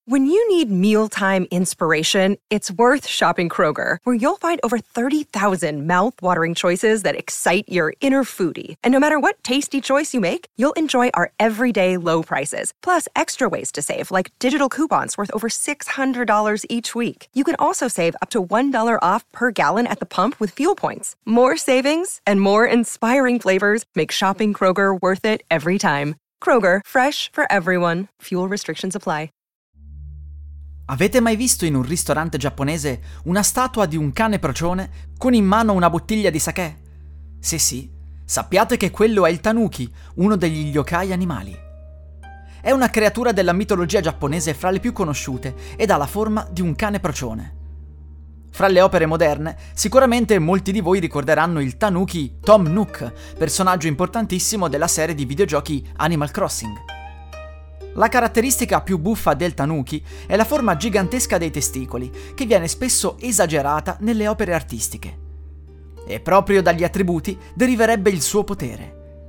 When you need mealtime inspiration, it's worth shopping Kroger, where you'll find over 30,000 mouth-watering choices that excite your inner foodie. And no matter what tasty choice you make, you'll enjoy our everyday low prices, plus extra ways to save, like digital coupons worth over $600 each week. You can also save up to $1 off per gallon at the pump with fuel points. More savings and more inspiring flavors make shopping Kroger worth it every time. Kroger, fresh for everyone. Fuel restrictions apply. Avete mai visto in un ristorante giapponese una statua di un cane procione con in mano una bottiglia di sakè? Se sì, sappiate che quello è il tanuki, uno degli yokai animali. È una creatura della mitologia giapponese fra le più conosciute ed ha la forma di un cane procione. Fra le opere moderne, sicuramente molti di voi ricorderanno il tanuki Tom Nook, personaggio importantissimo della serie di videogiochi Animal Crossing. La caratteristica più buffa del tanuki è la forma gigantesca dei testicoli, che viene spesso esagerata nelle opere artistiche. E proprio dagli attributi deriverebbe il suo potere.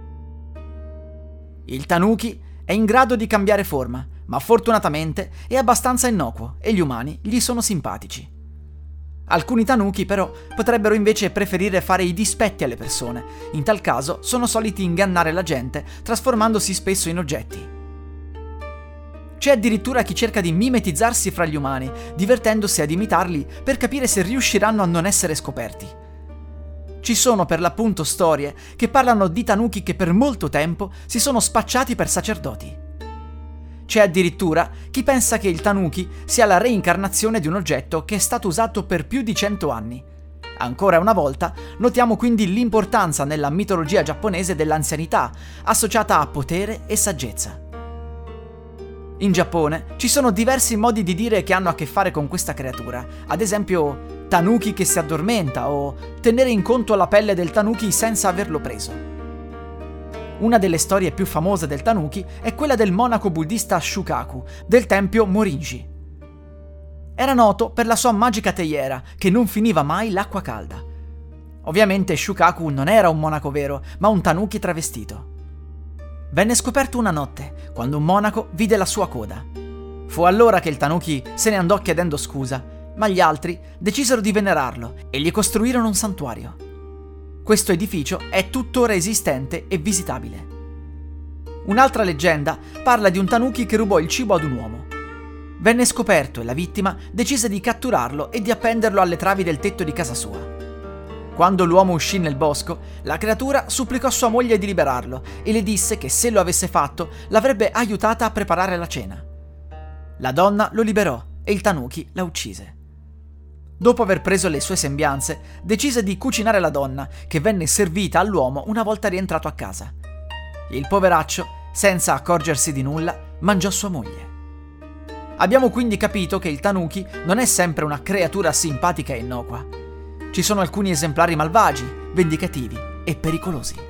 Il tanuki è in grado di cambiare forma, ma fortunatamente è abbastanza innocuo e gli umani gli sono simpatici. Alcuni tanuki però potrebbero invece preferire fare i dispetti alle persone, in tal caso sono soliti ingannare la gente trasformandosi spesso in oggetti. C'è addirittura chi cerca di mimetizzarsi fra gli umani, divertendosi ad imitarli per capire se riusciranno a non essere scoperti. Ci sono per l'appunto storie che parlano di tanuki che per molto tempo si sono spacciati per sacerdoti. C'è addirittura chi pensa che il tanuki sia la reincarnazione di un oggetto che è stato usato per più di 100 anni. Ancora una volta notiamo quindi l'importanza nella mitologia giapponese dell'anzianità, associata a potere e saggezza. In Giappone ci sono diversi modi di dire che hanno a che fare con questa creatura, ad esempio tanuki che si addormenta o tenere in conto la pelle del tanuki senza averlo preso. Una delle storie più famose del tanuki è quella del monaco buddista Shukaku, del tempio Morinji. Era noto per la sua magica teiera, che non finiva mai l'acqua calda. Ovviamente Shukaku non era un monaco vero, ma un tanuki travestito. Venne scoperto una notte, quando un monaco vide la sua coda. Fu allora che il tanuki se ne andò chiedendo scusa, ma gli altri decisero di venerarlo e gli costruirono un santuario. Questo edificio è tuttora esistente e visitabile. Un'altra leggenda parla di un tanuki che rubò il cibo ad un uomo. Venne scoperto e la vittima decise di catturarlo e di appenderlo alle travi del tetto di casa sua. Quando l'uomo uscì nel bosco, la creatura supplicò sua moglie di liberarlo e le disse che se lo avesse fatto l'avrebbe aiutata a preparare la cena. La donna lo liberò e il tanuki la uccise. Dopo aver preso le sue sembianze, decise di cucinare la donna, che venne servita all'uomo una volta rientrato a casa. Il poveraccio, senza accorgersi di nulla, mangiò sua moglie. Abbiamo quindi capito che il tanuki non è sempre una creatura simpatica e innocua. Ci sono alcuni esemplari malvagi, vendicativi e pericolosi.